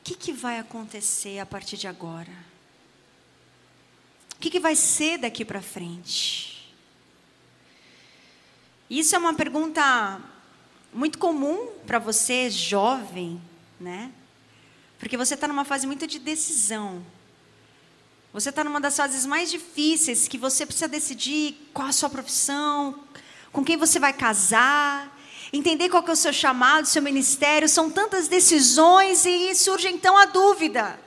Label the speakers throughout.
Speaker 1: que vai acontecer a partir de agora? O que vai ser daqui para frente? Isso é uma pergunta muito comum para você, jovem, né? Porque você está numa fase muito de decisão. Você está numa das fases mais difíceis, que você precisa decidir qual a sua profissão, com quem você vai casar, entender qual que é o seu chamado, o seu ministério. São tantas decisões e surge então a dúvida.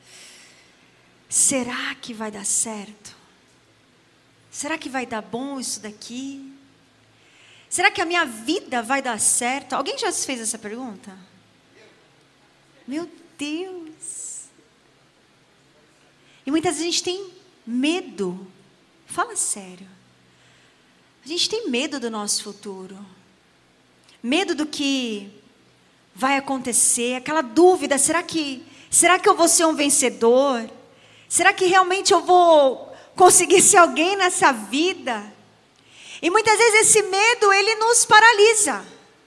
Speaker 1: Será que vai dar certo? Será que vai dar bom isso daqui? Será que a minha vida vai dar certo? Alguém já se fez essa pergunta? Meu Deus! E muitas vezes a gente tem medo. Fala sério. A gente tem medo do nosso futuro. Medo do que vai acontecer. Aquela dúvida, será que eu vou ser um vencedor? Será que realmente eu vou conseguir ser alguém nessa vida? E muitas vezes esse medo, ele nos paralisa.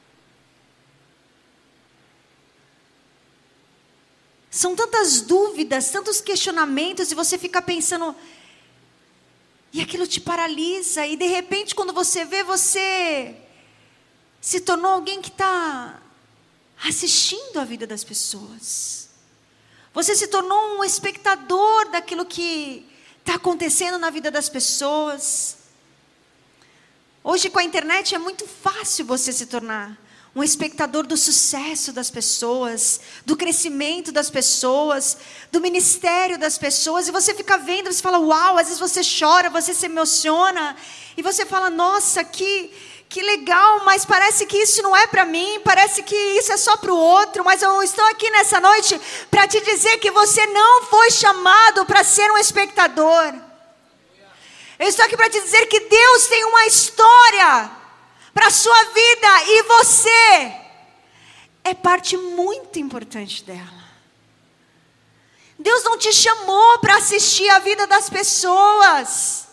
Speaker 1: São tantas dúvidas, tantos questionamentos, e você fica pensando, e aquilo te paralisa, e de repente quando você vê, você se tornou alguém que está assistindo a vida das pessoas. Você se tornou um espectador daquilo que está acontecendo na vida das pessoas. Hoje com a internet é muito fácil você se tornar um espectador do sucesso das pessoas, do crescimento das pessoas, do ministério das pessoas, e você fica vendo, você fala, uau, às vezes você chora, você se emociona, e você fala, nossa, que legal, mas parece que isso não é para mim, parece que isso é só para o outro, mas eu estou aqui nessa noite para te dizer que você não foi chamado para ser um espectador. Eu estou aqui para te dizer que Deus tem uma história para a sua vida, e você é parte muito importante dela. Deus não te chamou para assistir a vida das pessoas.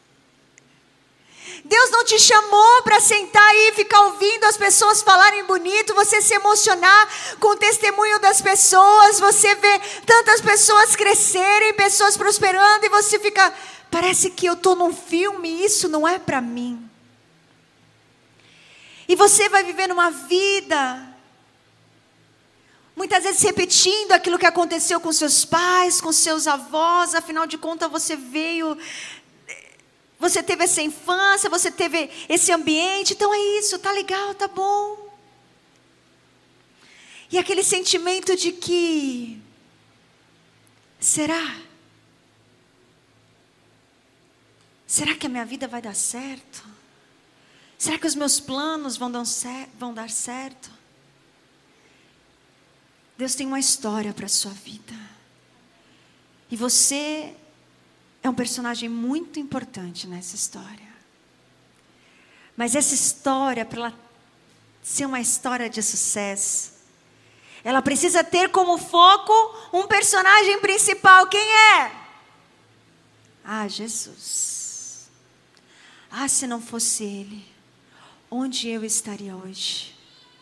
Speaker 1: Deus não te chamou para sentar aí e ficar ouvindo as pessoas falarem bonito, você se emocionar com o testemunho das pessoas, você vê tantas pessoas crescerem, pessoas prosperando, e você fica, parece que eu estou num filme, isso não é para mim. E você vai vivendo uma vida, muitas vezes repetindo aquilo que aconteceu com seus pais, com seus avós, afinal de contas você teve essa infância, você teve esse ambiente, então é isso, tá legal, tá bom. E aquele sentimento de que, será que a minha vida vai dar certo? Será que os meus planos vão dar certo? Deus tem uma história para a sua vida. E você é um personagem muito importante nessa história. Mas essa história, para ela ser uma história de sucesso, ela precisa ter como foco um personagem principal. Quem é? Jesus. Se não fosse Ele, onde eu estaria hoje?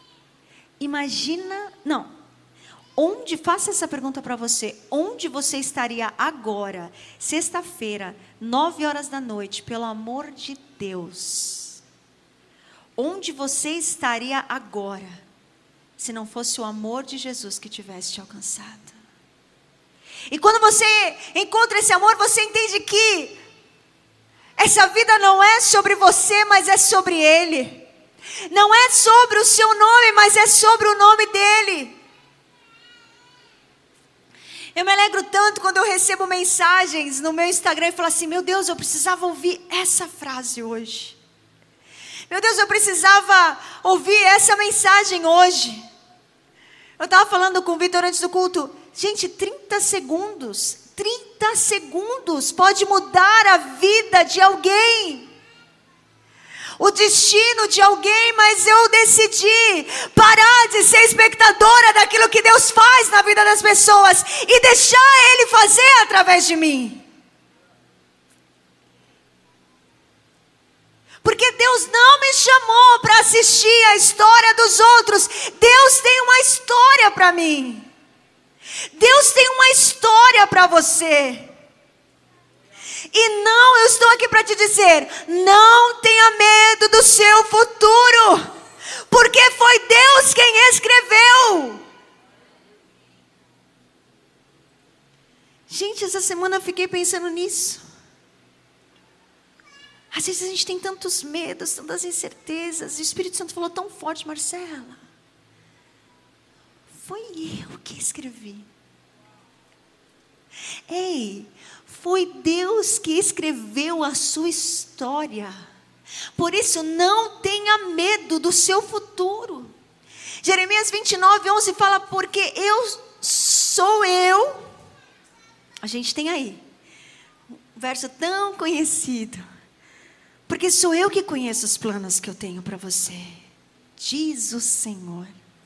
Speaker 1: Faça essa pergunta para você. Onde você estaria agora, sexta-feira, 9h da noite, pelo amor de Deus? Onde você estaria agora, se não fosse o amor de Jesus que tivesse te alcançado? E quando você encontra esse amor, você entende que essa vida não é sobre você, mas é sobre Ele. Não é sobre o seu nome, mas é sobre o nome dEle. Eu me alegro tanto quando eu recebo mensagens no meu Instagram e falo assim, meu Deus, eu precisava ouvir essa frase hoje. Meu Deus, eu precisava ouvir essa mensagem hoje. Eu estava falando com o Vitor antes do culto. Gente, 30 segundos pode mudar a vida de alguém. O destino de alguém, mas eu decidi parar de ser espectadora daquilo que Deus faz na vida das pessoas e deixar Ele fazer através de mim. Porque Deus não me chamou para assistir a história dos outros. Deus tem uma história para mim. para você. E não, eu estou aqui para te dizer, não tenha medo do seu futuro, porque foi Deus quem escreveu. Gente, essa semana eu fiquei pensando nisso. Às vezes a gente tem tantos medos, tantas incertezas, e o Espírito Santo falou tão forte: Marcela, foi eu que escrevi. Ei, foi Deus que escreveu a sua história. Por isso, não tenha medo do seu futuro. Jeremias 29:11 fala: porque eu sou eu. A gente tem aí um verso tão conhecido. Porque sou eu que conheço os planos que eu tenho para você, diz o Senhor.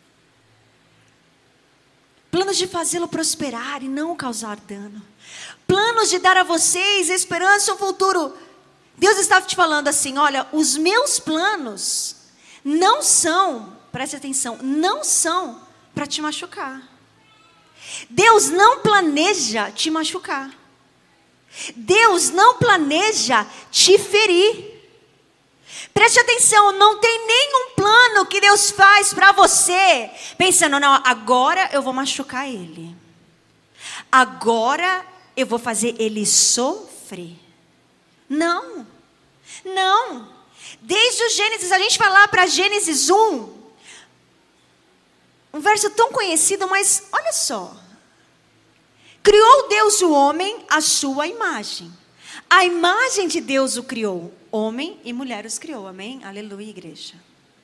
Speaker 1: Planos de fazê-lo prosperar e não causar dano. Planos de dar a vocês esperança e um futuro. Deus estava te falando assim: olha, os meus planos não são, preste atenção, não são para te machucar. Deus não planeja te machucar. Deus não planeja te ferir. Preste atenção, não tem nenhum plano que Deus faz para você pensando: não, agora eu vou machucar ele. Agora eu vou fazer ele sofrer. Não, não. Desde o Gênesis, a gente vai lá para Gênesis 1. Um verso tão conhecido, mas olha só. Criou Deus o homem à sua imagem. A imagem de Deus o criou. Homem e mulher os criou. Amém? Aleluia, igreja.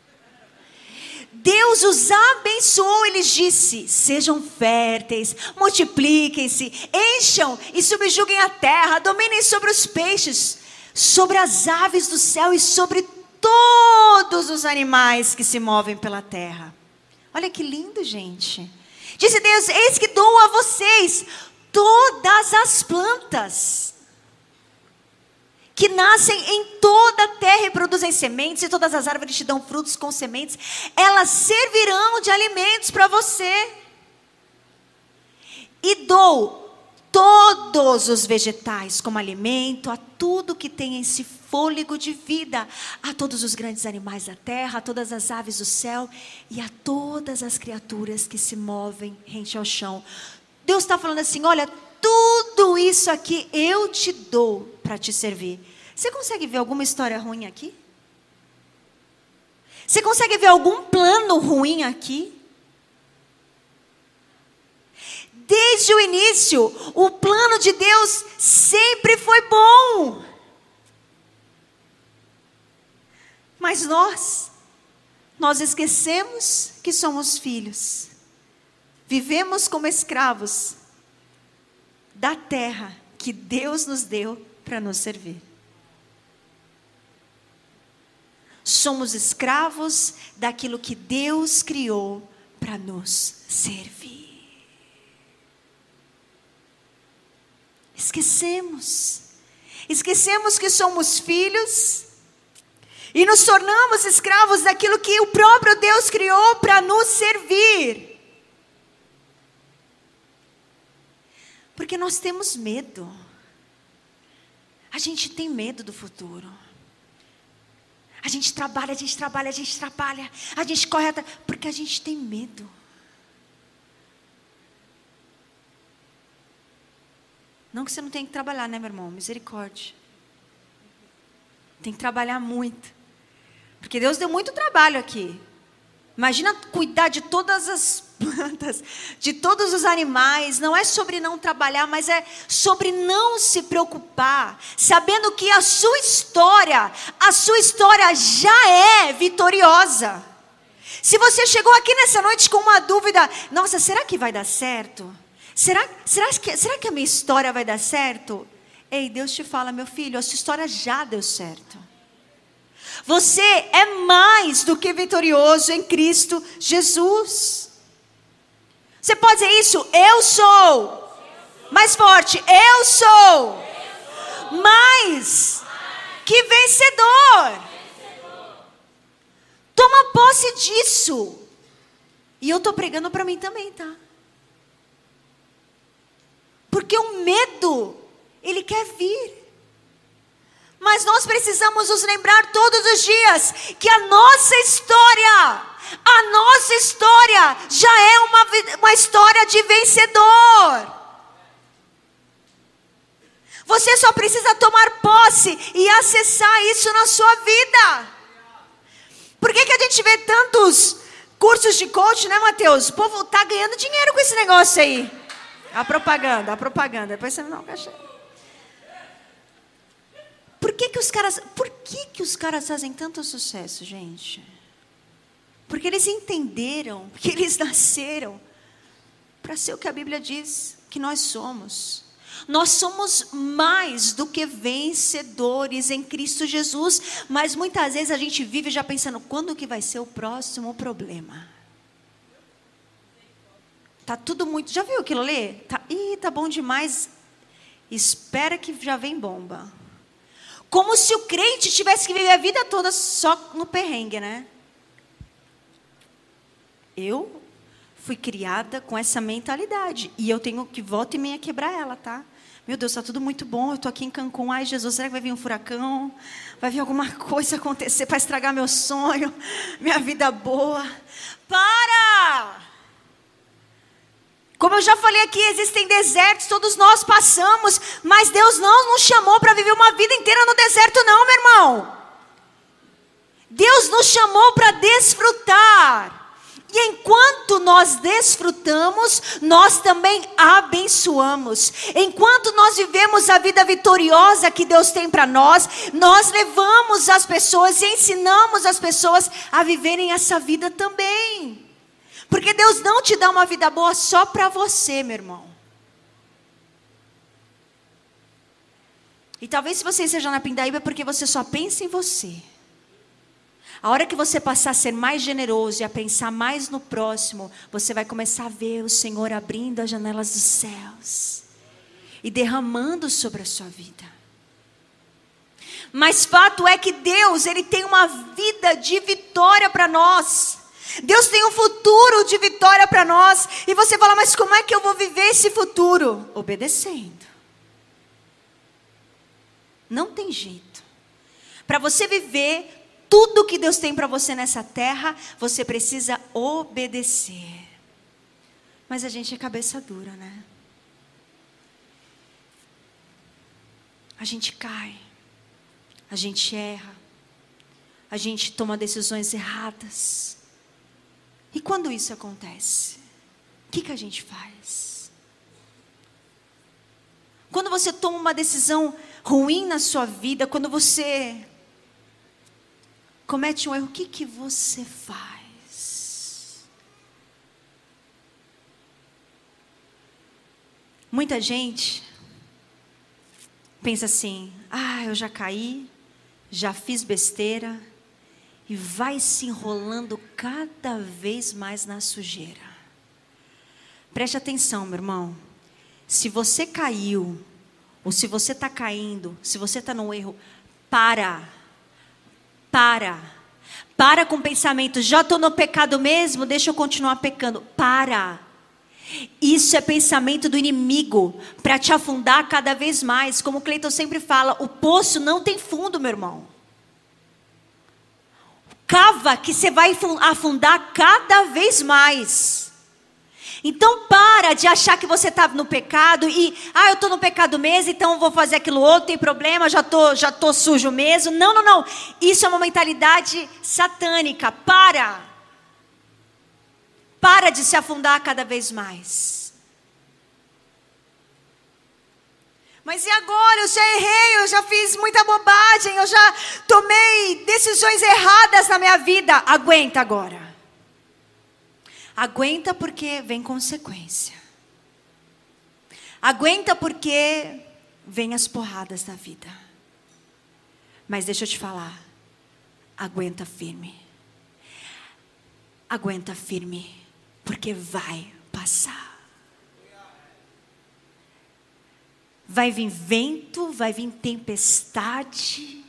Speaker 1: Deus os abençoou e lhes disse: sejam férteis, multipliquem-se, encham e subjuguem a terra, dominem sobre os peixes, sobre as aves do céu e sobre todos os animais que se movem pela terra. Olha que lindo, gente. Disse Deus: eis que dou a vocês todas as plantas que nascem em toda a terra e produzem sementes, e todas as árvores te dão frutos com sementes, elas servirão de alimentos para você. E dou todos os vegetais como alimento a tudo que tem esse fôlego de vida, a todos os grandes animais da terra, a todas as aves do céu e a todas as criaturas que se movem rente ao chão. Deus está falando assim: olha, tudo isso aqui eu te dou para te servir. Você consegue ver alguma história ruim aqui? Você consegue ver algum plano ruim aqui? Desde o início, o plano de Deus sempre foi bom. Mas nós esquecemos que somos filhos. Vivemos como escravos da terra que Deus nos deu para nos servir. Somos escravos daquilo que Deus criou para nos servir. Esquecemos que somos filhos e nos tornamos escravos daquilo que o próprio Deus criou para nos servir. Porque nós temos medo. A gente tem medo do futuro. A gente trabalha, a gente corre atrás, porque a gente tem medo. Não que você não tenha que trabalhar, né, meu irmão? Misericórdia. Tem que trabalhar muito. Porque Deus deu muito trabalho aqui. Imagina cuidar de todas as plantas, de todos os animais. Não é sobre não trabalhar, mas é sobre não se preocupar, sabendo que a sua história já é vitoriosa. Se você chegou aqui nessa noite com uma dúvida: nossa, será que vai dar certo? Será que a minha história vai dar certo? Ei, Deus te fala: meu filho, a sua história já deu certo. Você é mais do que vitorioso em Cristo Jesus. Você pode dizer isso? Eu sou. Mais forte. Eu sou. Mais que vencedor. Toma posse disso. E eu estou pregando para mim também, tá? Porque porque o medo, ele quer vir. Mas nós precisamos nos lembrar todos os dias que a nossa história já é uma história de vencedor. Você só precisa tomar posse e acessar isso na sua vida. Por que a gente vê tantos cursos de coach, né, Mateus? O povo tá ganhando dinheiro com esse negócio aí. A propaganda. Depois você me dá um cachê. Por que os caras fazem tanto sucesso, gente? Porque eles entenderam que eles nasceram para ser o que a Bíblia diz que nós somos. Nós somos mais do que vencedores em Cristo Jesus. Mas muitas vezes a gente vive já pensando, quando que vai ser o próximo problema? Tá tudo muito... Já viu aquilo ali? Tá bom demais. Espera que já vem bomba. Como se o crente tivesse que viver a vida toda só no perrengue, né? Eu fui criada com essa mentalidade. E eu tenho que volta e meia quebrar ela, tá? Meu Deus, está tudo muito bom. Eu estou aqui em Cancún. Ai, Jesus, será que vai vir um furacão? Vai vir alguma coisa acontecer para estragar meu sonho? Minha vida boa? Para! Como eu já falei aqui, existem desertos, todos nós passamos, mas Deus não nos chamou para viver uma vida inteira no deserto não, meu irmão. Deus nos chamou para desfrutar. E enquanto nós desfrutamos, nós também abençoamos. Enquanto nós vivemos a vida vitoriosa que Deus tem para nós, nós levamos as pessoas e ensinamos as pessoas a viverem essa vida também. Porque Deus não te dá uma vida boa só para você, meu irmão. E talvez se você esteja na pindaíba é porque você só pensa em você. A hora que você passar a ser mais generoso e a pensar mais no próximo, você vai começar a ver o Senhor abrindo as janelas dos céus e derramando sobre a sua vida. Mas fato é que Deus, Ele tem uma vida de vitória para nós. Deus tem um futuro de vitória para nós. E você fala, mas como é que eu vou viver esse futuro? Obedecendo. Não tem jeito. Para você viver tudo que Deus tem para você nessa terra, você precisa obedecer. Mas a gente é cabeça dura, né? A gente cai. A gente erra. A gente toma decisões erradas. E quando isso acontece, o que a gente faz? Quando você toma uma decisão ruim na sua vida, quando você comete um erro, o que você faz? Muita gente pensa assim, eu já caí, já fiz besteira, e vai se enrolando cada vez mais na sujeira. Preste atenção, meu irmão. Se você caiu, ou se você está caindo, se você está num erro, para com o pensamento, já estou no pecado mesmo, deixa eu continuar pecando. Para. Isso é pensamento do inimigo, para te afundar cada vez mais. Como o Cleiton sempre fala, o poço não tem fundo, meu irmão. Cava que você vai afundar cada vez mais. Então para de achar que você está no pecado e eu estou no pecado mesmo, então vou fazer aquilo outro, tem problema, já tô sujo mesmo. Não. Isso é uma mentalidade satânica. Para de se afundar cada vez mais. Mas e agora? Eu já errei, eu já fiz muita bobagem, eu já tomei decisões erradas na minha vida. Aguenta agora. Aguenta porque vem consequência. Aguenta porque vem as porradas da vida. Mas deixa eu te falar. Aguenta firme. Aguenta firme, porque vai passar. Vai vir vento, vai vir tempestade.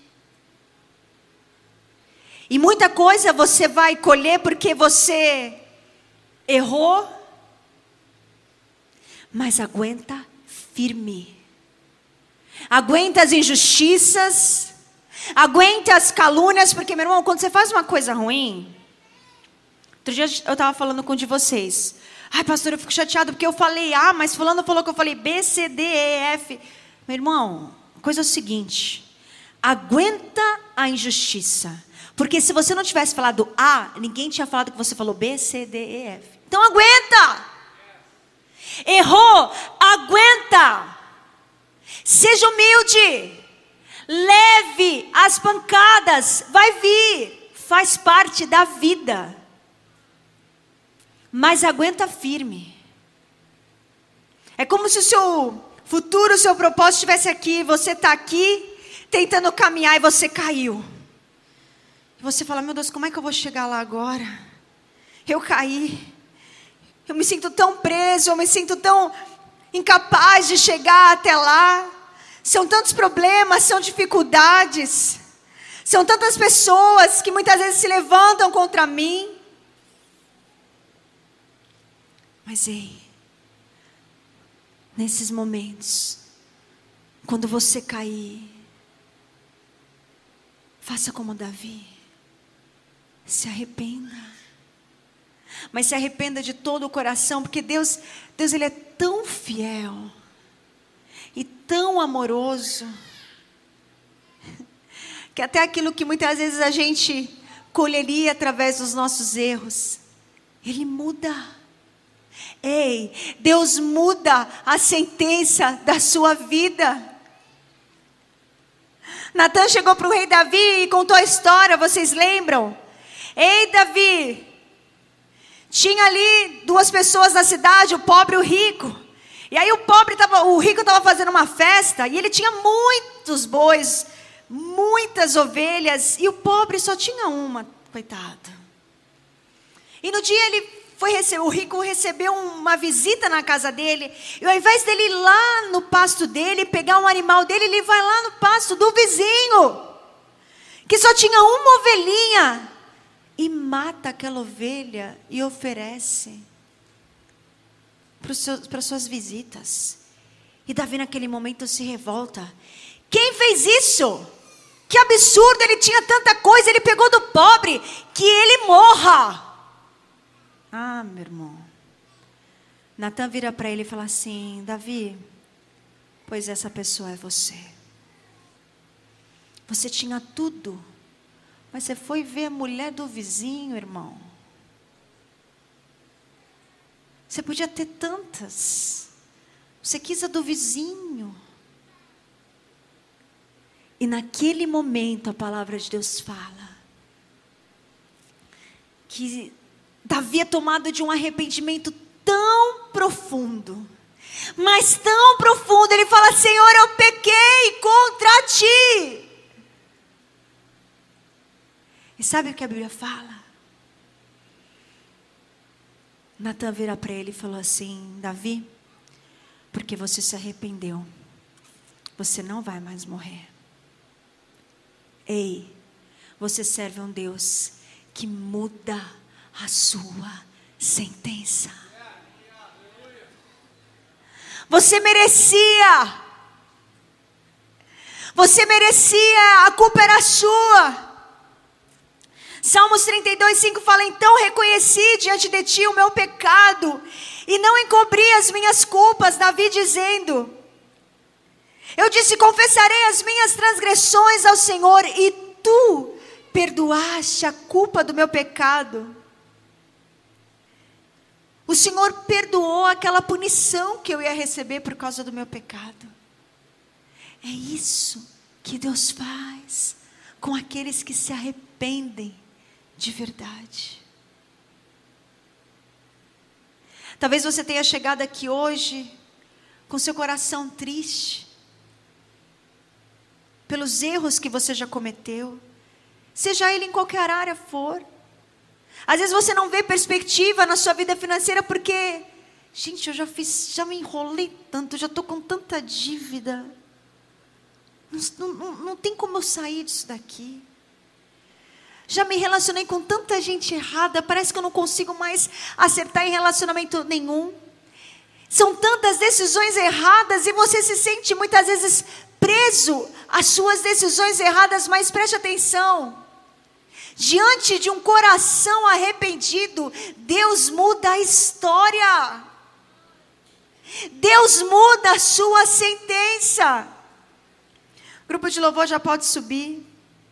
Speaker 1: E muita coisa você vai colher porque você errou. Mas aguenta firme. Aguenta as injustiças, aguenta as calúnias, porque, meu irmão, quando você faz uma coisa ruim... Outro dia eu estava falando com um de vocês. Ai, pastor, eu fico chateado porque eu falei A, mas fulano falou que eu falei B, C, D, E, F. Meu irmão, a coisa é o seguinte. Aguenta a injustiça. Porque se você não tivesse falado A, ninguém tinha falado que você falou B, C, D, E, F. Então aguenta. Errou, aguenta. Seja humilde. Leve as pancadas. Vai vir. Faz parte da vida. Mas aguenta firme. É como se o seu futuro, o seu propósito estivesse aqui. Você está aqui, tentando caminhar e você caiu. E você fala, meu Deus, como é que eu vou chegar lá agora? Eu caí. Eu me sinto tão preso, eu me sinto tão incapaz de chegar até lá. São tantos problemas, são dificuldades. São tantas pessoas que muitas vezes se levantam contra mim. Mas ei, nesses momentos, quando você cair, faça como Davi, se arrependa, mas se arrependa de todo o coração, porque Deus Ele é tão fiel, e tão amoroso, que até aquilo que muitas vezes a gente colheria através dos nossos erros, Ele muda. Ei, Deus muda a sentença da sua vida. Natan chegou para o rei Davi e contou a história, vocês lembram? Ei, Davi, tinha ali duas pessoas na cidade, o pobre e o rico. E aí o rico estava fazendo uma festa e ele tinha muitos bois, muitas ovelhas, e o pobre só tinha uma, coitado. E no dia o rico recebeu uma visita na casa dele, e ao invés dele ir lá no pasto dele, pegar um animal dele, ele vai lá no pasto do vizinho, que só tinha uma ovelhinha, e mata aquela ovelha e oferece para suas visitas. E Davi naquele momento se revolta. Quem fez isso? Que absurdo, ele tinha tanta coisa, ele pegou do pobre, que ele morra. Ah, meu irmão. Natan vira para ele e fala assim, Davi, pois essa pessoa é você. Você tinha tudo, mas você foi ver a mulher do vizinho, irmão. Você podia ter tantas. Você quis a do vizinho. E naquele momento a palavra de Deus fala que Davi é tomado de um arrependimento tão profundo, mas tão profundo, ele fala, Senhor, eu pequei contra ti. E sabe o que a Bíblia fala? Natan vira para ele e falou assim, Davi, porque você se arrependeu, você não vai mais morrer. Ei, você serve um Deus que muda a sua sentença. Você merecia, a culpa era sua. Salmos 32:5 fala, então reconheci diante de ti o meu pecado, e não encobri as minhas culpas. Davi dizendo, eu disse, confessarei as minhas transgressões ao Senhor, e tu perdoaste a culpa do meu pecado. O Senhor perdoou aquela punição que eu ia receber por causa do meu pecado. É isso que Deus faz com aqueles que se arrependem de verdade. Talvez você tenha chegado aqui hoje com seu coração triste pelos erros que você já cometeu, seja ele em qualquer área for. Às vezes você não vê perspectiva na sua vida financeira porque, gente, eu já me enrolei tanto, já estou com tanta dívida, não tem como eu sair disso daqui. Já me relacionei com tanta gente errada, parece que eu não consigo mais acertar em relacionamento nenhum. São tantas decisões erradas e você se sente muitas vezes preso às suas decisões erradas, mas preste atenção. Diante de um coração arrependido, Deus muda a história. Deus muda a sua sentença. O grupo de louvor já pode subir.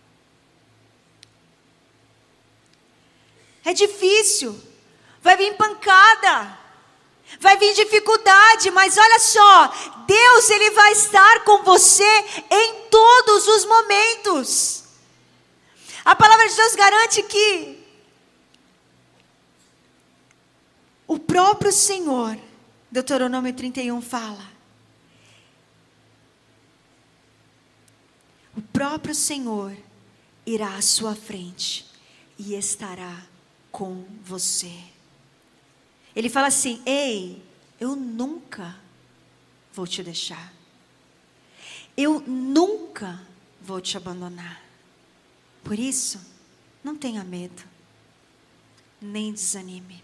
Speaker 1: É difícil, vai vir pancada, vai vir dificuldade, mas olha só, Deus, Ele vai estar com você em todos os momentos. A palavra de Deus garante que o próprio Senhor, Deuteronômio 31 fala, o próprio Senhor irá à sua frente e estará com você. Ele fala assim: ei, eu nunca vou te deixar. Eu nunca vou te abandonar. Por isso, não tenha medo, nem desanime.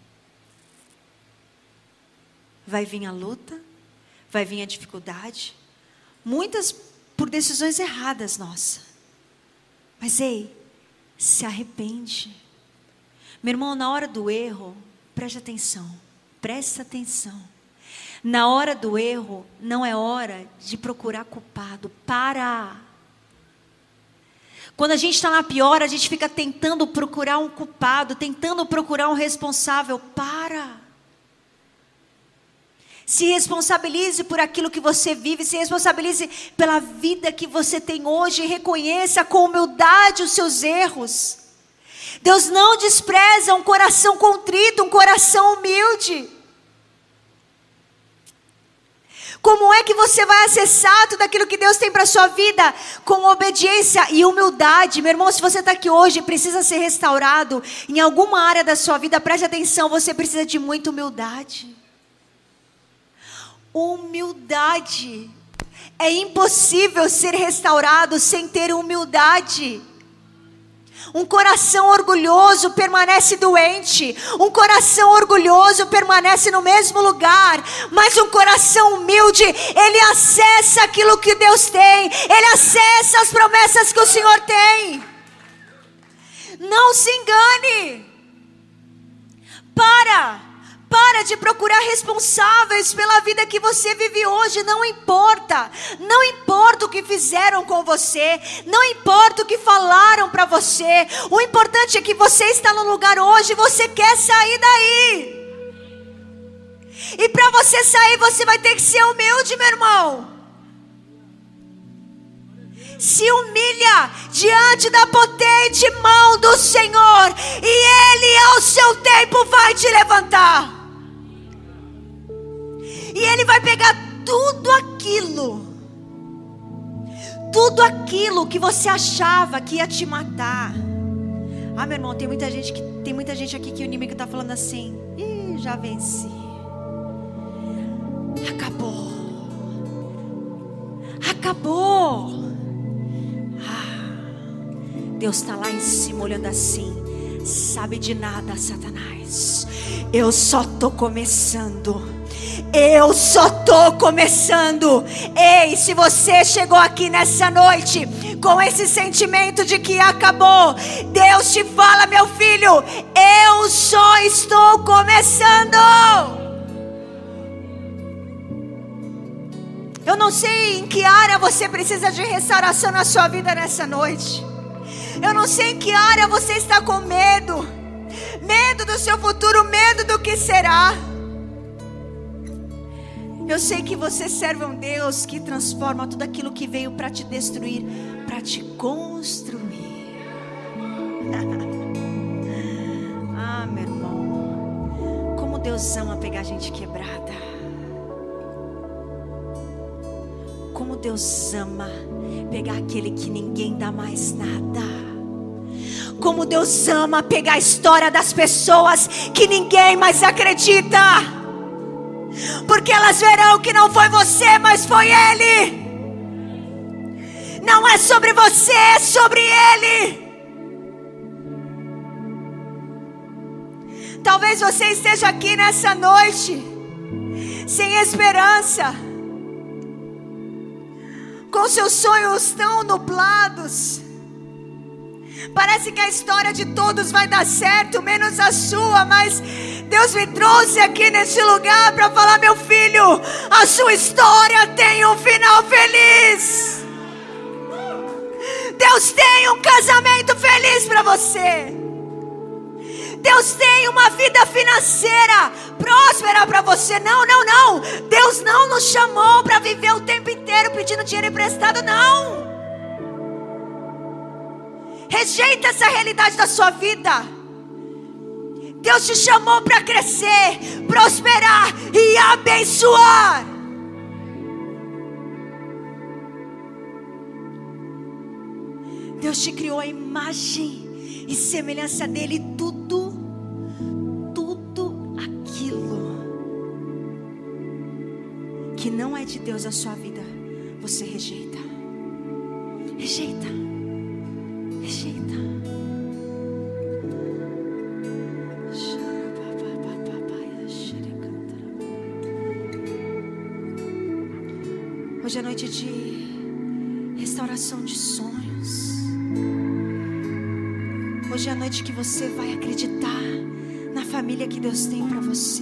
Speaker 1: Vai vir a luta, vai vir a dificuldade, muitas por decisões erradas nossa. Mas ei, se arrepende. Meu irmão, na hora do erro, preste atenção, presta atenção. Na hora do erro, não é hora de procurar culpado. Para. Quando a gente está na pior, a gente fica tentando procurar um culpado, tentando procurar um responsável. Para. Se responsabilize por aquilo que você vive, se responsabilize pela vida que você tem hoje e reconheça com humildade os seus erros. Deus não despreza um coração contrito, um coração humilde. Como é que você vai acessar tudo aquilo que Deus tem para a sua vida? Com obediência e humildade. Meu irmão, se você está aqui hoje e precisa ser restaurado em alguma área da sua vida, preste atenção, você precisa de muita humildade. Humildade. É impossível ser restaurado sem ter humildade. Um coração orgulhoso permanece doente. Um coração orgulhoso permanece no mesmo lugar. Mas um coração humilde, ele acessa aquilo que Deus tem. Ele acessa as promessas que o Senhor tem. Não se engane. Para de procurar responsáveis pela vida que você vive hoje. Não importa. Não importa o que fizeram com você. Não importa o que falaram para você. O importante é que você está no lugar hoje e você quer sair daí. E para você sair, você vai ter que ser humilde, meu irmão. Se humilha diante da potente mão do Senhor, e Ele ao seu tempo vai te levantar. E Ele vai pegar tudo aquilo que você achava que ia te matar. Ah, meu irmão, tem muita gente aqui que o inimigo está falando assim: ih, já venci. Acabou. Deus está lá em cima olhando assim: sabe de nada, Satanás. Eu só estou começando. Ei, se você chegou aqui nessa noite com esse sentimento de que acabou, Deus te fala: meu filho, eu só estou começando. Eu não sei em que área você precisa de restauração na sua vida nessa noite. Eu não sei em que área você está com medo. Medo do seu futuro, medo do que será. Eu sei que você serve um Deus que transforma tudo aquilo que veio para te destruir, para te construir. Ah, meu irmão, como Deus ama pegar gente quebrada. Como Deus ama pegar aquele que ninguém dá mais nada. Como Deus ama pegar a história das pessoas que ninguém mais acredita. Porque elas verão que não foi você, mas foi Ele. Não é sobre você, é sobre Ele. Talvez você esteja aqui nessa noite sem esperança, com seus sonhos tão nublados. Parece que a história de todos vai dar certo, menos a sua, mas Deus me trouxe aqui neste lugar para falar: meu filho, a sua história tem um final feliz. Deus tem um casamento feliz para você. Deus tem uma vida financeira próspera para você. Não. Deus não nos chamou para viver o tempo inteiro pedindo dinheiro emprestado, não. Rejeita essa realidade da sua vida. Deus te chamou para crescer, prosperar e abençoar. Deus te criou a imagem e semelhança dele. Tudo aquilo que não é de Deus a sua vida, você rejeita. Rejeita. Hoje é noite de restauração de sonhos. Hoje é a noite que você vai acreditar na família que Deus tem para você.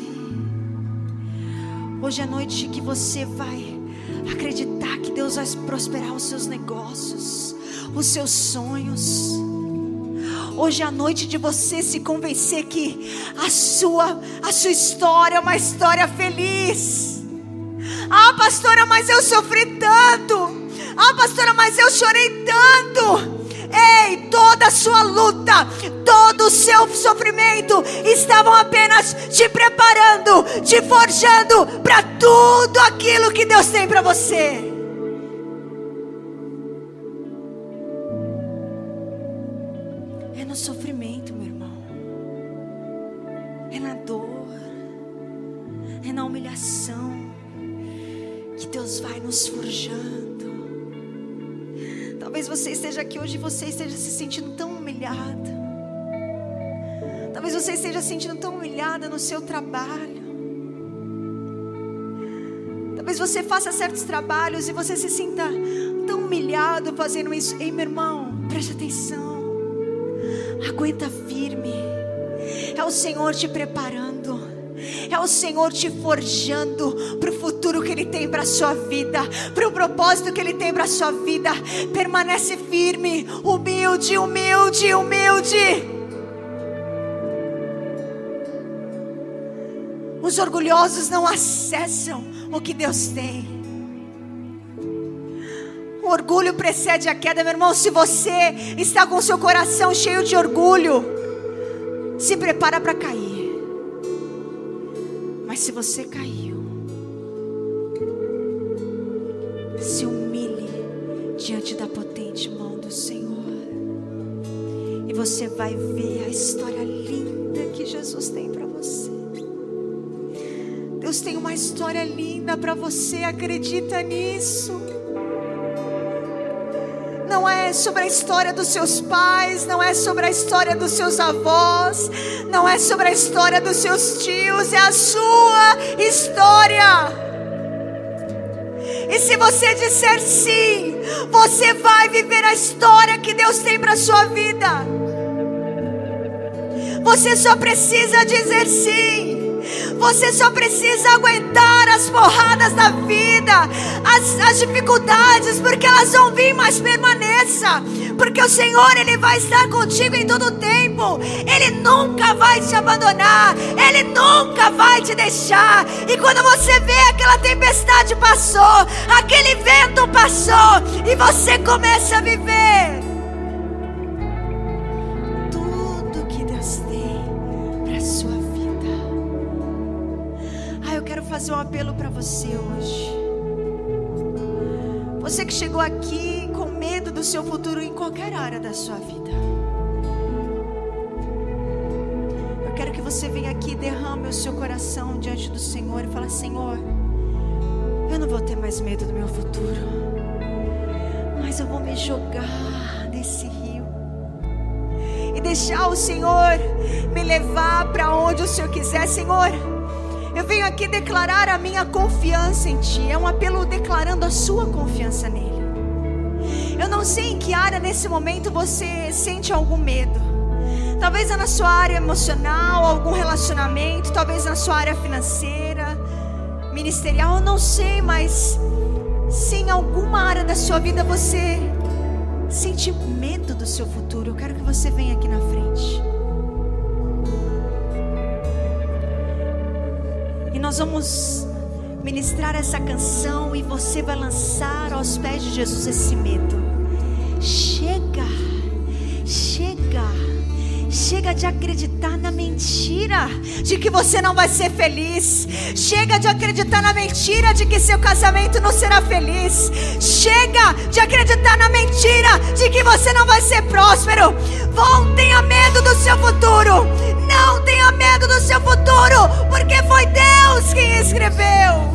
Speaker 1: Hoje é a noite que você vai acreditar que Deus vai prosperar os seus negócios, os seus sonhos. Hoje é a noite de você se convencer que a sua história é uma história feliz. Ah, pastora, mas eu sofri tanto. Ah, pastora, mas eu chorei tanto. Ei, toda a sua luta, todo o seu sofrimento estavam apenas te preparando, te forjando para tudo aquilo que Deus tem para você. É no sofrimento, meu irmão. É na dor. É na humilhação que Deus vai nos forjando. Talvez você esteja aqui hoje e você esteja se sentindo tão humilhada. Talvez você esteja se sentindo tão humilhada no seu trabalho. Talvez você faça certos trabalhos e você se sinta tão humilhado fazendo isso. Ei, meu irmão, preste atenção. Aguenta firme. É o Senhor te preparando. É o Senhor te forjando para o futuro que Ele tem para a sua vida, para o propósito que Ele tem para a sua vida. Permanece firme, humilde. Os orgulhosos não acessam o que Deus tem. O orgulho precede a queda, meu irmão. Se você está com o seu coração cheio de orgulho, se prepara para cair. Mas se você caiu, se humilhe diante da potente mão do Senhor, e você vai ver a história linda que Jesus tem para você. Deus tem uma história linda para você, acredita nisso. Não é sobre a história dos seus pais, não é sobre a história dos seus avós, não é sobre a história dos seus tios, é a sua história. E se você disser sim, você vai viver a história que Deus tem para a sua vida. Você só precisa dizer sim. Você só precisa aguentar as porradas da vida, as dificuldades, porque elas vão vir, mas permaneça, porque o Senhor, Ele vai estar contigo em todo o tempo. Ele nunca vai te abandonar, Ele nunca vai te deixar. E quando você vê aquela tempestade passou, aquele vento passou, e você começa a viver tudo que Deus tem para a sua vida. Eu quero fazer um apelo para você hoje. Você que chegou aqui com medo do seu futuro em qualquer área da sua vida, eu quero que você venha aqui e derrame o seu coração diante do Senhor e fale: Senhor, eu não vou ter mais medo do meu futuro, mas eu vou me jogar nesse rio e deixar o Senhor me levar para onde o Senhor quiser. Senhor, Eu venho aqui declarar a minha confiança em Ti. É um apelo declarando a sua confiança nele. Eu não sei em que área nesse momento você sente algum medo. Talvez é na sua área emocional, algum relacionamento. Talvez na sua área financeira, ministerial. Eu não sei, mas se em alguma área da sua vida você sente medo do seu futuro, eu quero que você venha aqui na frente. E nós vamos ministrar essa canção e você vai lançar aos pés de Jesus esse medo. Chega, chega, chega de acreditar na mentira de que você não vai ser feliz. Chega de acreditar na mentira de que seu casamento não será feliz. Chega de acreditar na mentira de que você não vai ser próspero. Não tenha medo do seu futuro. Não tenha medo do seu futuro, porque foi Deus quem escreveu.